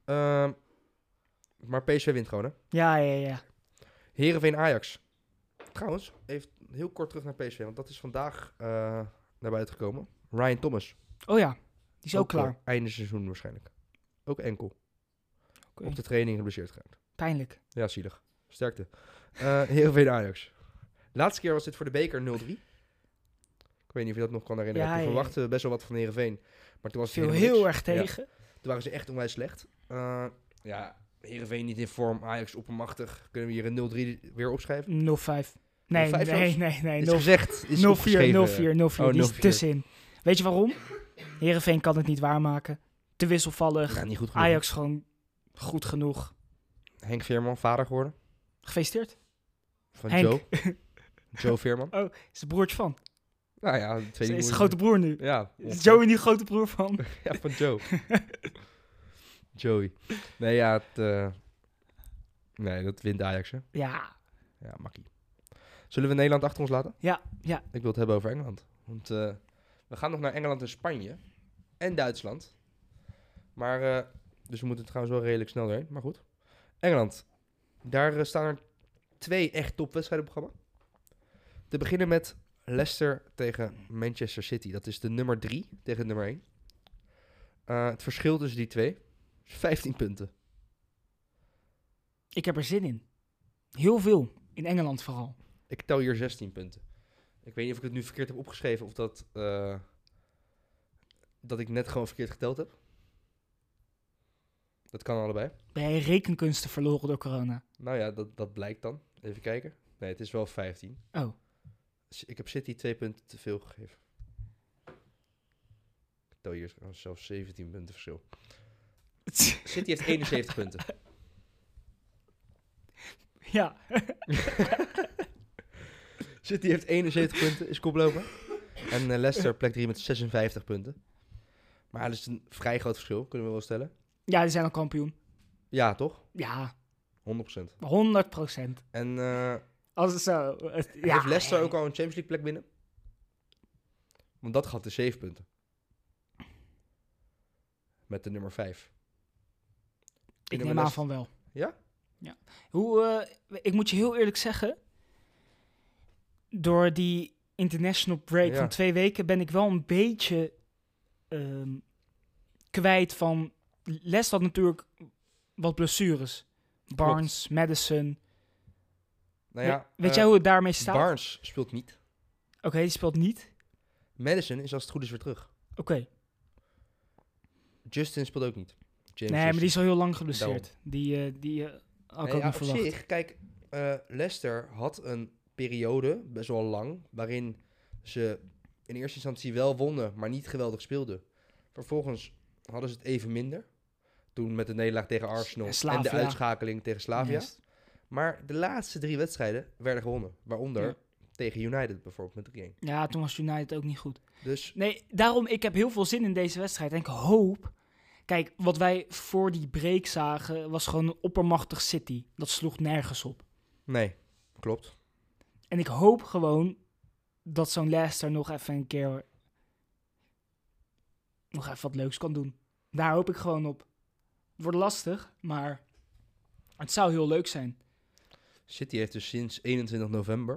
Maar PSV wint gewoon, hè? Ja. Heerenveen Ajax. Trouwens, even heel kort terug naar PSV, want dat is vandaag naar buiten gekomen. Ryan Thomas. Oh ja, die is ook klaar. Einde seizoen waarschijnlijk. Ook enkel. Oké. Op de training geblesseerd geraakt. Pijnlijk. Ja, zielig. Sterkte. Heerenveen Ajax. Laatste keer was dit voor de beker 0-3. Ik weet niet of je dat nog kan herinneren. Ja, Toen ja. verwachten we best wel wat van Heerenveen. Maar toen was het Viel helemaal heel niks. erg tegen. Ja, toen waren ze echt onwijs slecht. Heerenveen niet in vorm. Ajax oppermachtig. Kunnen we hier een 0-3 weer opschrijven? 0-5. Nee, 0-5 zelfs? nee. Is gezegd. Is opgeschreven. 0-4. Oh, Die is 0-4. tussenin. Weet je waarom? Heerenveen kan het niet waarmaken. Te wisselvallig. Ja, niet goed genoeg. Ajax gewoon goed genoeg. Henk Veerman, vader geworden. Gefeliciteerd. Van Henk. Joe. Joe Veerman. Is de broertje van. Nou ja, de Is tweede de broer. grote broer nu. Ja. Is Joey die grote broer van? Ja, van Joe. Joey. Nee, ja, dat wint Ajax, hè. Ja. Ja, makkie. Zullen we Nederland achter ons laten? Ja. Ik wil het hebben over Engeland. Want we gaan nog naar Engeland en Spanje. En Duitsland. Maar, dus we moeten trouwens wel redelijk snel doorheen. Maar goed. Engeland. Daar staan er 2 echt topwedstrijden op het programma. Te beginnen met Leicester tegen Manchester City. Dat is de nummer 3 tegen de nummer 1. Het verschil tussen die 2 is 15 punten. Ik heb er zin in. Heel veel. In Engeland vooral. Ik tel hier 16 punten. Ik weet niet of ik het nu verkeerd heb opgeschreven of dat ik net gewoon verkeerd geteld heb. Dat kan allebei. Ben je rekenkunsten verloren door corona? Nou ja, dat blijkt dan. Even kijken. Nee, het is wel 15. Oh. Ik heb City 2 punten te veel gegeven. Ik tel hier zelfs 17 punten verschil. City heeft 71 punten. Ja. City heeft 71 punten, is koploper. En Leicester plek 3 met 56 punten. Maar dat is een vrij groot verschil, kunnen we wel stellen. Ja, die zijn al kampioen. Ja, toch? Ja, 100%. 100%. En Als het zo... heeft Leicester ook al een Champions League plek binnen? Want dat gaat de 7 punten. Met de nummer 5. Ik neem aan van wel. Ja? Ja. Ik moet je heel eerlijk zeggen, door die international break van 2 weken ben ik wel een beetje kwijt van... Leicester had natuurlijk wat blessures. Barnes, Maddison. Nou ja, weet jij hoe het daarmee staat? Barnes speelt niet. Oké, die speelt niet. Maddison is als het goed is weer terug. Oké. Justin speelt ook niet. James Nee, maar die is al heel lang geblesseerd. Daarom. Die had ik ook niet verwacht. Op zich, kijk, Leicester had een periode, best wel lang, waarin ze in eerste instantie wel wonnen, maar niet geweldig speelden. Vervolgens hadden ze het even minder. Toen met de nederlaag tegen Arsenal en de uitschakeling tegen Slavia. Yes. Maar de laatste 3 wedstrijden werden gewonnen. Waaronder tegen United bijvoorbeeld met 3-1. Ja, toen was United ook niet goed. Dus... Nee, daarom, ik heb heel veel zin in deze wedstrijd. En ik hoop... Kijk, wat wij voor die break zagen, was gewoon een oppermachtig City. Dat sloeg nergens op. Nee, klopt. En ik hoop gewoon dat zo'n Leicester nog even een keer... nog even wat leuks kan doen. Daar hoop ik gewoon op. Het wordt lastig, maar het zou heel leuk zijn. City heeft dus sinds 21 november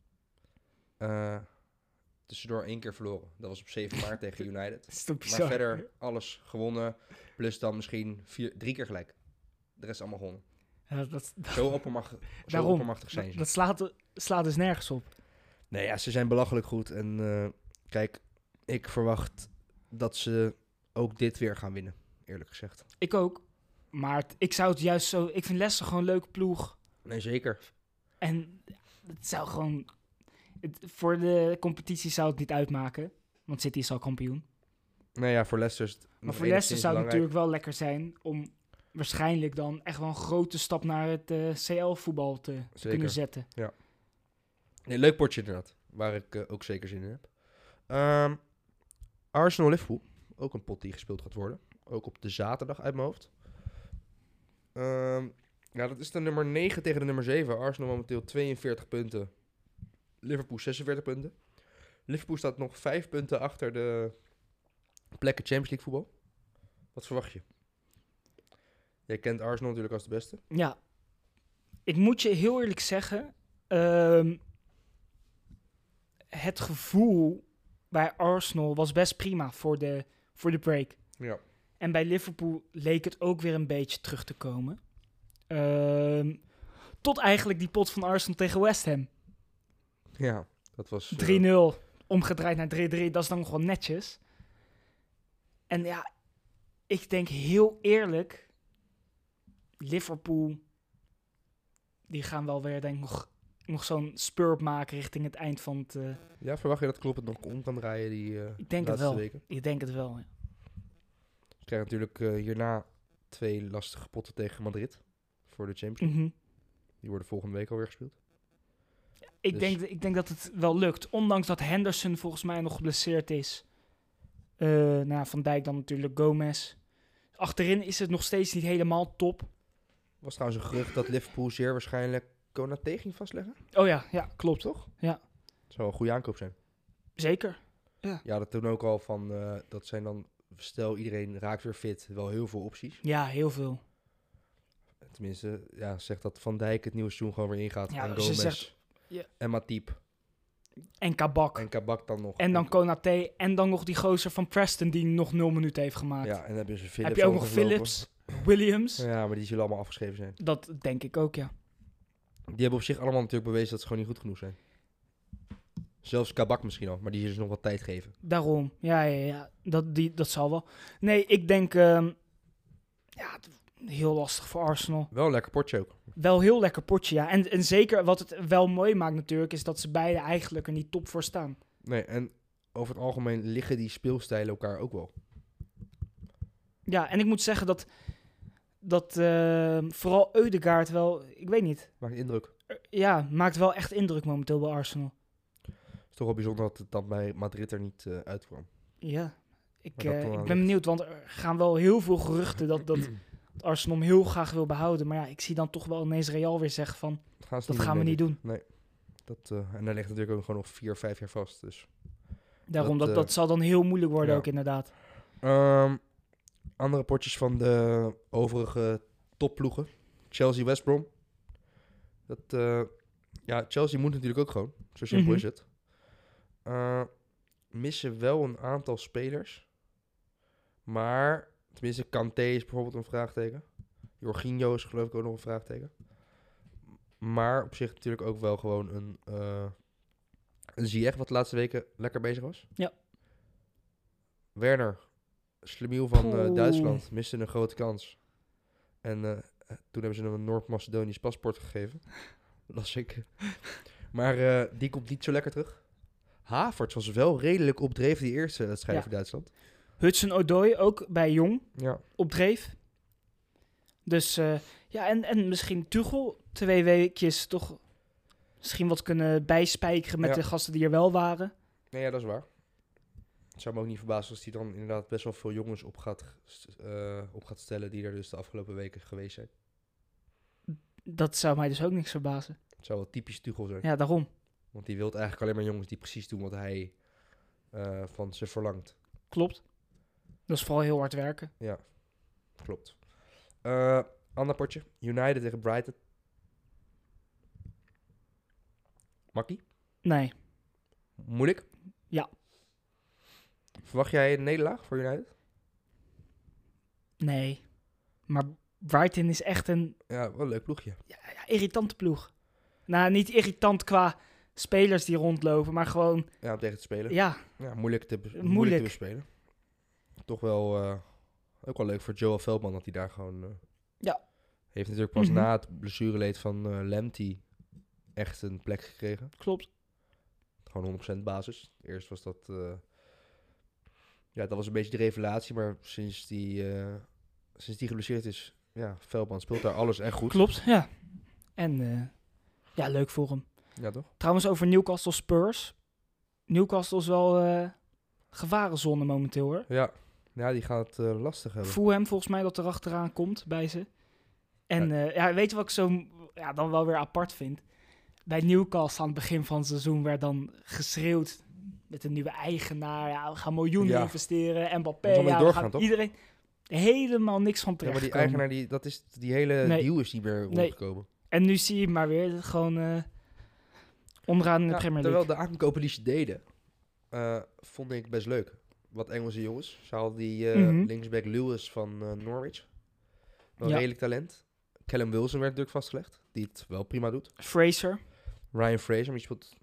tussendoor 1 keer verloren. Dat was op 7 maart tegen United. Dat is toch Maar bizar. verder alles gewonnen. Plus dan misschien 3 keer gelijk. De rest allemaal gewonnen. Ja, Zo oppermachtig zijn ze. Dat slaat dus nergens op. Nee, ja, ze zijn belachelijk goed. En kijk, ik verwacht dat ze ook dit weer gaan winnen. Eerlijk gezegd. Ik ook. Maar ik zou het juist zo... Ik vind Leicester gewoon een leuke ploeg. Nee, zeker. En het zou gewoon... voor de competitie zou het niet uitmaken. Want City is al kampioen. Nee, ja, voor Leicester is het Maar voor Leicester zou het natuurlijk wel lekker zijn... om waarschijnlijk dan echt wel een grote stap naar het CL-voetbal te kunnen zetten. Ja. Nee, leuk potje inderdaad. Waar ik ook zeker zin in heb. Arsenal-Liverpool. Ook een pot die gespeeld gaat worden. Ook op de zaterdag uit mijn hoofd. Ja, dat is de nummer 9 tegen de nummer 7. Arsenal momenteel 42 punten. Liverpool 46 punten. Liverpool staat nog 5 punten achter de plekken Champions League voetbal. Wat verwacht je? Jij kent Arsenal natuurlijk als de beste. Ja. Ik moet je heel eerlijk zeggen... het gevoel bij Arsenal was best prima voor de break. Ja. En bij Liverpool leek het ook weer een beetje terug te komen. Tot eigenlijk die pot van Arsenal tegen West Ham. Ja, dat was... 3-0, omgedraaid naar 3-3. Dat is dan nog wel netjes. En ja, ik denk heel eerlijk... Liverpool... die gaan wel weer, denk ik, nog zo'n spurt maken richting het eind van het... Ja, verwacht je dat Klopp het nog om kan draaien die ik denk het laatste wel. weken? Ik denk het wel, ja. Ze krijgen natuurlijk hierna 2 lastige potten tegen Madrid. Voor de Champions League. Mhm. Die worden volgende week alweer gespeeld. Ik denk dat het wel lukt. Ondanks dat Henderson volgens mij nog geblesseerd is. Van Dijk dan natuurlijk Gomez. Achterin is het nog steeds niet helemaal top. Was trouwens een gerucht dat Liverpool zeer waarschijnlijk Konaté ging vastleggen. Oh ja, klopt. Toch? Ja. Dat zou een goede aankoop zijn. Zeker. Ja, dat toen ook al van... dat zijn dan, stel iedereen raakt weer fit, wel heel veel opties. Ja, heel veel. Tenminste, ja, zegt dat Van Dijk het nieuwe seizoen gewoon weer ingaat. Ja, en ze Gomez zegt- ja. en Matip. En Kabak. En Kabak dan nog. En dan Konaté. En dan nog die gozer van Preston die nog 0 minuten heeft gemaakt. Ja, en dan hebben ze Philips Heb je ook nog overgelopen. Phillips, Williams? Ja, maar die zullen allemaal afgeschreven zijn. Dat denk ik ook, ja. Die hebben op zich allemaal natuurlijk bewezen dat ze gewoon niet goed genoeg zijn. Zelfs Kabak misschien al, maar die is dus nog wat tijd geven. Daarom. Ja. Dat zal wel. Nee, ik denk... heel lastig voor Arsenal. Wel een lekker potje ook. Wel heel lekker potje, ja. En zeker wat het wel mooi maakt natuurlijk... is dat ze beide eigenlijk er niet top voor staan. Nee, en over het algemeen liggen die speelstijlen elkaar ook wel. Ja, en ik moet zeggen dat vooral Ødegaard wel... Ik weet niet. Maakt indruk. Maakt wel echt indruk momenteel bij Arsenal. Het is toch wel bijzonder dat het dan bij Madrid er niet uitkwam. Ja, ik Maar dat dan ben ligt. benieuwd, want er gaan wel heel veel geruchten dat Arsenal hem heel graag wil behouden. Maar ja, ik zie dan toch wel ineens Real weer zeggen van, dat gaan we niet doen. Nee. En daar ligt natuurlijk ook gewoon nog 4-5 jaar vast. Dus. Daarom, dat zal dan heel moeilijk worden ja. ook inderdaad. Andere potjes van de overige topploegen. Chelsea, West Brom. Chelsea moet natuurlijk ook gewoon. Zo simpel is het. Missen wel een aantal spelers. Maar, tenminste, Kanté is bijvoorbeeld een vraagteken. Jorginho is geloof ik ook nog een vraagteken. Maar op zich natuurlijk ook wel gewoon een Ziyech wat de laatste weken lekker bezig was. Ja. Werner, Slemiel van Duitsland, miste een grote kans. En toen hebben ze hem een Noord-Macedonisch paspoort gegeven. Las ik. Maar die komt niet zo lekker terug. Havertz was wel redelijk op dreef die eerste wedstrijd voor Duitsland. Hudson-Odoi ook bij Jong op dreef. Dus en misschien Tuchel 2 weekjes toch misschien wat kunnen bijspijkeren met de gasten die er wel waren. Nee, ja, dat is waar. Het zou me ook niet verbazen als hij dan inderdaad best wel veel jongens op gaat stellen die er dus de afgelopen weken geweest zijn. Dat zou mij dus ook niks verbazen. Het zou wel typisch Tuchel zijn. Ja, daarom. Want die wil eigenlijk alleen maar jongens die precies doen wat hij van ze verlangt. Klopt. Dat is vooral heel hard werken. Ja, klopt. Ander potje. United tegen Brighton. Makkie? Nee. Moeilijk? Ja. Verwacht jij een nederlaag voor United? Nee. Maar Brighton is echt een... Ja, wel een leuk ploegje. Ja, irritante ploeg. Nou, niet irritant qua spelers die rondlopen, maar gewoon... Ja, om tegen te spelen. Ja. Moeilijk te bespelen. Toch wel ook wel leuk voor Joel Veldman dat hij daar gewoon... Heeft natuurlijk pas na het blessureleed van Lamptey echt een plek gekregen. Klopt. Gewoon 100% basis. Eerst was dat... dat was een beetje de revelatie, maar sinds die geblesseerd is... Ja, Veldman speelt daar alles en goed. Klopt, ja. En leuk voor hem. Ja, toch? Trouwens, over Newcastle Spurs. Newcastle is wel gevarenzone momenteel, hoor. Ja, die gaat het lastig hebben. Fulham volgens mij dat er achteraan komt bij ze. En weet je wat ik zo dan wel weer apart vind? Bij Newcastle aan het begin van het seizoen werd dan geschreeuwd met een nieuwe eigenaar. Ja, we gaan miljoenen investeren. Mbappé, doorgaan, toch? Iedereen helemaal niks van terecht. Ja, maar die eigenaar, die hele deal is niet meer rondgekomen. En nu zie je maar weer gewoon onderaan in de Premier League. Terwijl de aankopen die ze deden, vond ik best leuk. Wat Engelse jongens. Ze hadden die linksback Lewis van Norwich. Wel redelijk talent. Callum Wilson werd natuurlijk vastgelegd. Die het wel prima doet. Ryan Fraser, maar die speelt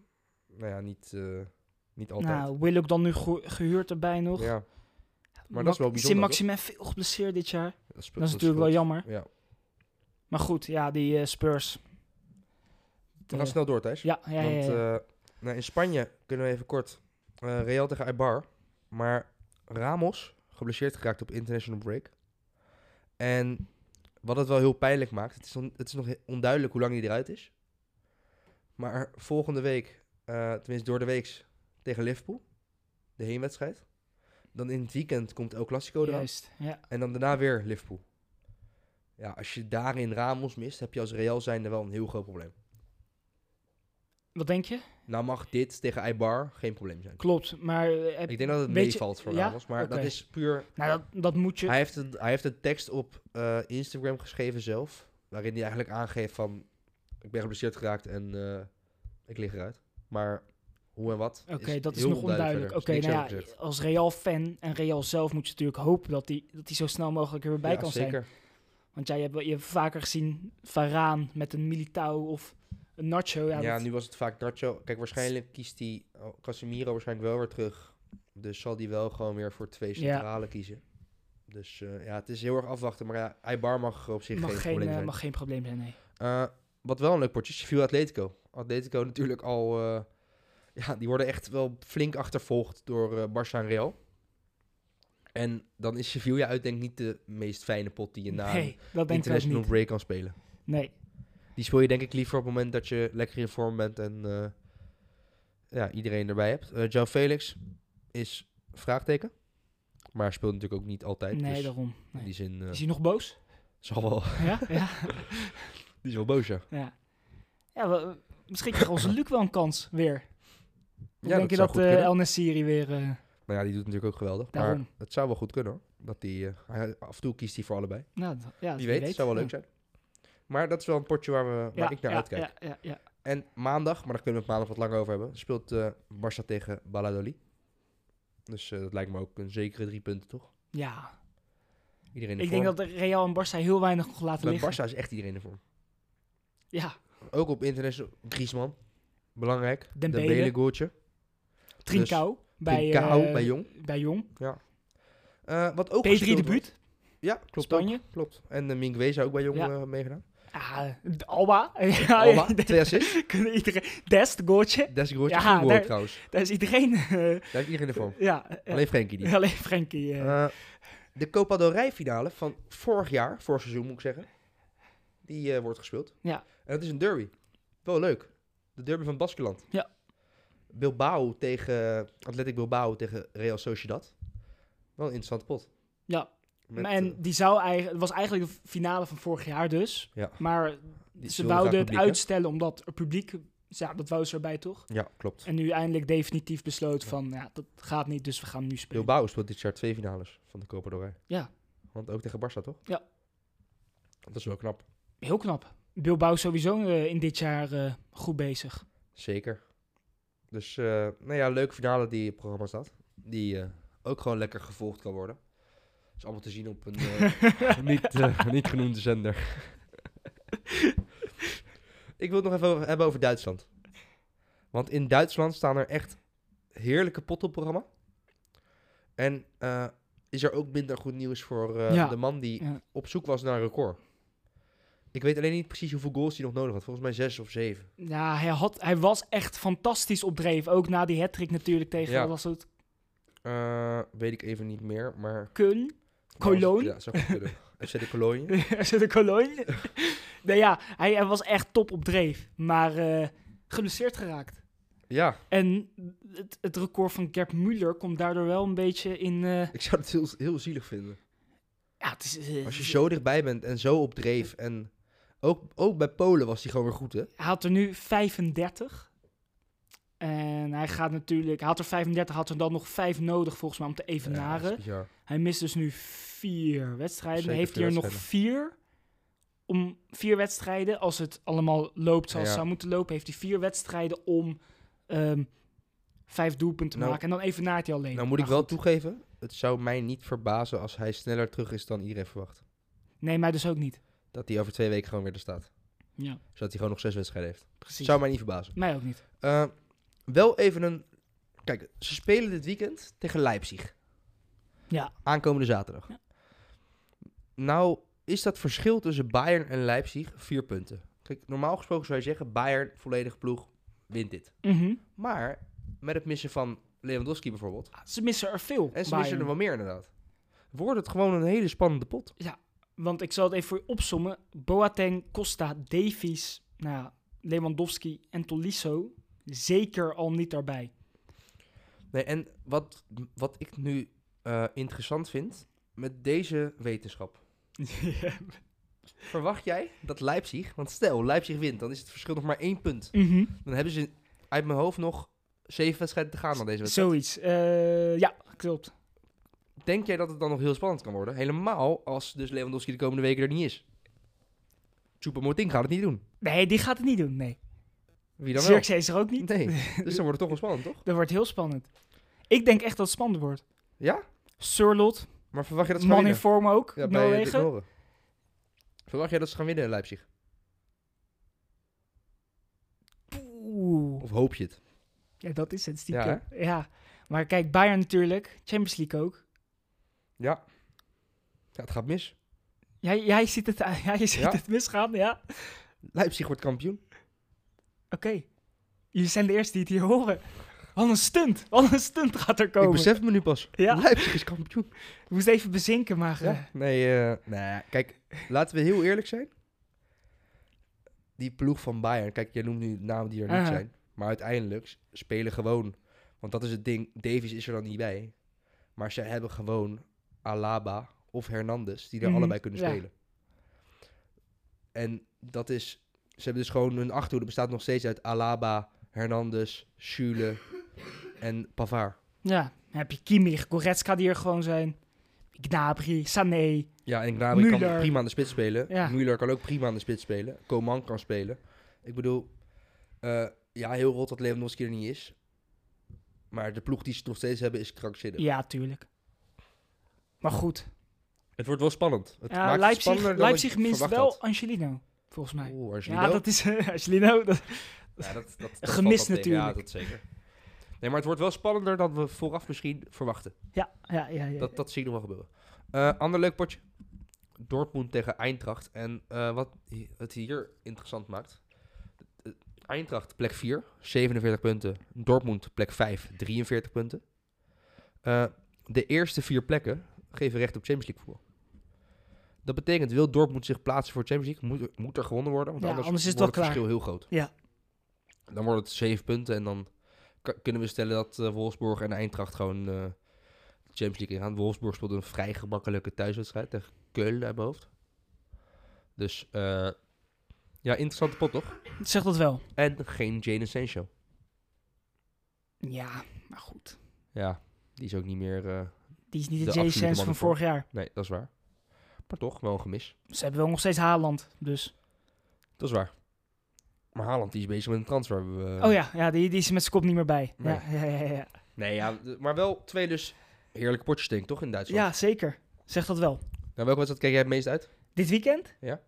niet altijd. Nou, Willock dan nu gehuurd erbij nog. Ja. Maar dat is wel bijzonder. Maximin veel geblesseerd dit jaar. Dat is natuurlijk wel jammer. Ja. Maar goed, die Spurs. We gaan snel door, Thijs. Ja. Want in Spanje kunnen we even kort. Real tegen Eibar. Maar Ramos, geblesseerd geraakt op international break. En wat het wel heel pijnlijk maakt, het is nog onduidelijk hoe lang hij eruit is. Maar volgende week, tenminste door de weeks, tegen Liverpool, de heenwedstrijd. Dan in het weekend komt El Clasico eraan. Juist, ja. En dan daarna weer Liverpool. Ja, als je daarin Ramos mist, heb je als Real zijnde wel een heel groot probleem. Wat denk je? Nou mag dit tegen Eibar geen probleem zijn. Klopt, maar... ik denk dat het meevalt voor Ramos, maar dat is puur... Nou, dat moet je... Hij heeft een tekst op Instagram geschreven zelf, waarin hij eigenlijk aangeeft van... Ik ben geblesseerd geraakt en ik lig eruit. Maar hoe en wat dat is nog onduidelijk. Als Real-fan en Real zelf moet je natuurlijk hopen dat hij zo snel mogelijk er weer bij kan zeker. zijn. Want je hebt vaker gezien Varaan met een Militao of Een Nacho, Ja, nu was het vaak Nacho. Kijk, waarschijnlijk kiest hij Casemiro waarschijnlijk wel weer terug. Dus zal hij wel gewoon weer voor 2 centrale kiezen. Dus het is heel erg afwachten. Maar ja, Eibar mag op zich geen probleem zijn. Mag geen probleem zijn, nee. Wat wel een leuk potje is, Sevilla Atletico. Atletico natuurlijk al... die worden echt wel flink achtervolgd door Barça en Real. En dan is Sevilla uit denk ik niet de meest fijne pot die je na een international break kan spelen. Nee. Die speel je denk ik liever op het moment dat je lekker in vorm bent en iedereen erbij hebt. João Felix is vraagteken. Maar speelt natuurlijk ook niet altijd. Nee, dus daarom. Nee. In die zin... is hij nog boos? Zal wel. Ja? Ja. Die is wel boos, ja. Ja, misschien krijgt onze Luc wel een kans weer. Of Ja, denk je dat El Nessiri weer... Nou ja, die doet het natuurlijk ook geweldig. Daarom. Maar het zou wel goed kunnen hoor. Dat hij af en toe kiest hij voor allebei. Nou, Wie weet, het zou wel leuk zijn. Maar dat is wel een potje waar ik naar uitkijk. Ja. En maandag, maar daar kunnen we het maandag wat langer over hebben, speelt Barça tegen Valladolid. Dus dat lijkt me ook een zekere 3 punten, toch? Ja. Iedereen ik denk dat de Real en Barça heel weinig nog laten liggen. Barça is echt iedereen ervoor. Ja. Ook op international. Griezmann. Belangrijk. Dembele goaltje. Trincao. Bij Jong. Bij Jong. Ja. Wat ook P3 debuut. Ja, klopt. Spanje. Ook, klopt. En de Mingueza ook bij Jong meegedaan. Alba. Alba, 2 assists. Dest, goaltje. Dest, goaltje. Goed goal trouwens. Daar is iedereen... Daar heeft iedereen ervoor. Alleen Frenkie niet. Alleen Frenkie. De Copa del Rey finale van vorig seizoen moet ik zeggen. Die wordt gespeeld. Ja. En dat is een derby. Wel leuk. De derby van Baskeland. Ja. Athletic Bilbao tegen Real Sociedad. Wel een interessante pot. Ja. Die het was eigenlijk de finale van vorig jaar dus. Ja. Maar ze wouden het uitstellen omdat er publiek... Ja, dat wou ze erbij toch? Ja, klopt. En nu eindelijk definitief besloten van... Ja, dat gaat niet, dus we gaan nu spelen. Bilbao speelt dit jaar 2 finales van de Copa del Rey. Ja. Want ook tegen Barça, toch? Ja. Dat is wel knap. Heel knap. Bilbao sowieso in dit jaar goed bezig. Zeker. Dus, leuke finale die in het programma staat. Die ook gewoon lekker gevolgd kan worden. Dat is allemaal te zien op een niet genoemde zender. Ik wil het nog even hebben over Duitsland. Want in Duitsland staan er echt heerlijke potten op het programma. En is er ook minder goed nieuws voor de man die op zoek was naar een record. Ik weet alleen niet precies hoeveel goals hij nog nodig had. Volgens mij 6 of 7. Ja, hij was echt fantastisch op dreef. Ook na die hat-trick natuurlijk tegen... Wat was het? Weet ik even niet meer, maar... Cologne? Ja, zou goed kunnen. FC de Cologne. FC de Cologne? Nee, ja, hij was echt top op dreef. Maar geblesseerd geraakt. Ja. En het record van Gerd Müller komt daardoor wel een beetje in... Ik zou het heel, heel zielig vinden. Ja, het is... Als je zo dichtbij bent en zo op dreef. En ook bij Polen was hij gewoon weer goed, hè? Hij had er nu 35. En hij gaat natuurlijk... Hij had er 35, had er dan nog 5 nodig volgens mij om te evenaren. Ja, hij mist dus nu 4 wedstrijden. Zeker heeft hij er nog 4... Om 4 wedstrijden, als het allemaal loopt zoals het zou moeten lopen... heeft hij 4 wedstrijden om 5 doelpunten te maken. En dan evenaart hij alleen. Nou moet ik wel toegeven, het zou mij niet verbazen als hij sneller terug is dan iedereen verwacht. Nee, mij dus ook niet. Dat hij over 2 weken gewoon weer er staat. Ja. Zodat hij gewoon nog 6 wedstrijden heeft. Precies. Zou mij niet verbazen. Mij ook niet. Wel even een... Kijk, ze spelen dit weekend tegen Leipzig. Ja. Aankomende zaterdag. Ja. Nou is dat verschil tussen Bayern en Leipzig 4 punten. Kijk, normaal gesproken zou je zeggen, Bayern, volledige ploeg, wint dit. Mm-hmm. Maar met het missen van Lewandowski bijvoorbeeld. Ze missen er veel. En ze missen er wel meer inderdaad. Wordt het gewoon een hele spannende pot. Ja, want ik zal het even voor je opsommen. Boateng, Costa, Davies, Lewandowski en Tolisso zeker al niet daarbij. Nee, en wat ik nu interessant vind met deze wetenschap. Verwacht jij dat Leipzig, want stel Leipzig wint, dan is het verschil nog maar 1 punt. Mm-hmm. Dan hebben ze uit mijn hoofd nog 7 wedstrijden te gaan naar deze wedstrijd. Zoiets, ja, klopt. Denk jij dat het dan nog heel spannend kan worden? Helemaal als dus Lewandowski de komende weken er niet is. Choupo-Moting gaat het niet doen. Nee, die gaat het niet doen, nee. Wie dan wel? Zirkzee is er ook niet. Nee, dus dan wordt het toch wel spannend, toch? Dat wordt heel spannend. Ik denk echt dat het spannend wordt. Ja? Surlot. Maar verwacht je dat ze gaan winnen? Man in vorm ook, ja, Noorwegen. Verwacht jij dat ze gaan winnen in Leipzig? Of hoop je het? Ja, dat is het stiekem. Ja, Ja. Maar kijk, Bayern natuurlijk. Champions League ook. Ja. Ja, het gaat mis. Jij ziet het, je ziet Ja. het misgaan, ja. Leipzig wordt kampioen. Oké. Jullie zijn de eerste die het hier horen. Wat een stunt. Wat een stunt gaat er komen. Ik besef me nu pas. Ja. Leipzig is kampioen. Ik moest even bezinken, maar... Ja. Nee, kijk, laten we heel eerlijk zijn. Die ploeg van Bayern, kijk, jij noemt nu namen die er niet Aha. zijn. Maar uiteindelijk spelen gewoon, want dat is het ding, Davies is er dan niet bij. Maar ze hebben gewoon Alaba of Hernandez, die er Mhm, allebei kunnen ja. spelen. En dat is, ze hebben dus gewoon, hun achterhoede bestaat nog steeds uit Alaba, Hernandez, Schüle en Pavard. Ja, dan heb je Kimmich, Goretzka die er gewoon zijn. Gnabry, Sané. Ja, en Gnabry kan Müller. prima aan de spits spelen. Ja. Müller kan ook prima aan de spits spelen. Coman kan spelen. Ik bedoel, ja, heel rot dat Lewandowski er niet is. Maar de ploeg die ze nog steeds hebben is krankzinnig. Ja, tuurlijk. Maar goed. Het wordt wel spannend. Het Ja, maakt het spannender dan Leipzig ik mist verwacht wel had. Angelino, volgens mij. Oeh, Angelino. Ja, dat is Angelino. Ja, dat gemist valt wel tegen. natuurlijk. Ja, dat zeker. Nee, maar het wordt wel spannender dan we vooraf misschien verwachten. Ja. Dat zie ik nog wel gebeuren. Ander leuk potje. Dortmund tegen Eintracht. En wat het hier interessant maakt. Eintracht plek 4, 47 punten. Dortmund plek 5, 43 punten. De eerste 4 plekken geven recht op Champions League voetbal. Dat betekent, wil Dortmund zich plaatsen voor Champions League, moet er gewonnen worden. Want Ja, anders is het wordt wel het verschil heel groot. Ja. Dan wordt het 7 punten en dan kunnen we stellen dat Wolfsburg en Eintracht gewoon de Champions League ingaan. Wolfsburg speelt een vrij gemakkelijke thuiswedstrijd tegen Köln uit mijn hoofd. Dus ja, interessante pot toch? Zeg dat wel. En geen Jadon Sancho. Ja, maar goed. Ja, die is ook niet meer... Die is niet de De Jay absolute Sands man van ervoor. vorig jaar. nee, dat is waar. Maar toch, wel een gemis. Ze hebben wel nog steeds Haaland, dus... Dat is waar. Maar Haaland die is bezig met een transfer. Oh ja, die is er met zijn kop niet meer bij. Nee. Ja. Nee, ja, maar wel 2 dus heerlijke potjes denk ik, toch, in Duitsland? Ja, zeker. Zeg dat wel. Nou, welke wedstrijd kijk jij het meest uit? Dit weekend? Ja.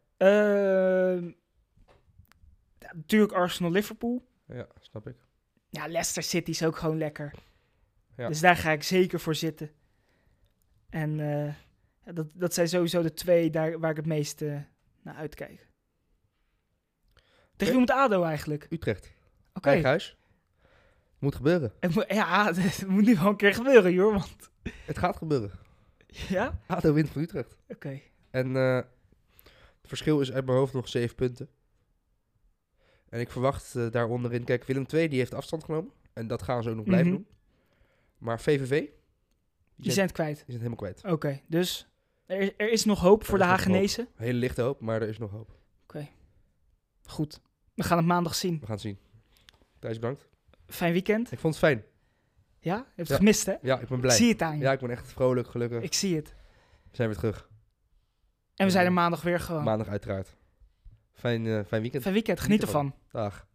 Ja, natuurlijk Arsenal-Liverpool. Ja, snap ik. Ja, Leicester City is ook gewoon lekker. Ja. Dus daar ga ik zeker voor zitten. En ja, dat zijn sowieso de 2 daar waar ik het meest naar uitkijk. Tegen wie moet ADO eigenlijk? Utrecht. Oké. Eigen huis. Moet gebeuren. Ja, het moet nu wel een keer gebeuren, joh. Want... Het gaat gebeuren. Ja? ADO wint van Utrecht. Oké. En het verschil is uit mijn hoofd nog 7 punten. En ik verwacht daar onderin... Kijk, Willem II die heeft afstand genomen. En dat gaan ze ook nog blijven Mhm. doen. Maar VVV... Die zijn het kwijt. Die zijn helemaal kwijt. Oké, dus er is nog hoop voor de is nog hoop. Hagenezen. Hele lichte hoop, maar er is nog hoop. Goed. We gaan het maandag zien. We gaan het zien. Thijs, bedankt. Fijn weekend. Ik vond het fijn. Ja? Je hebt het Ja. gemist, hè? Ja, ik ben Ik blij. zie het aan je. Ja, ik ben echt vrolijk, gelukkig. Ik zie het. We zijn weer terug. En we zijn er maandag weer gewoon. Maandag uiteraard. Fijn weekend. Fijn weekend. Geniet ervan. ervan. Dag.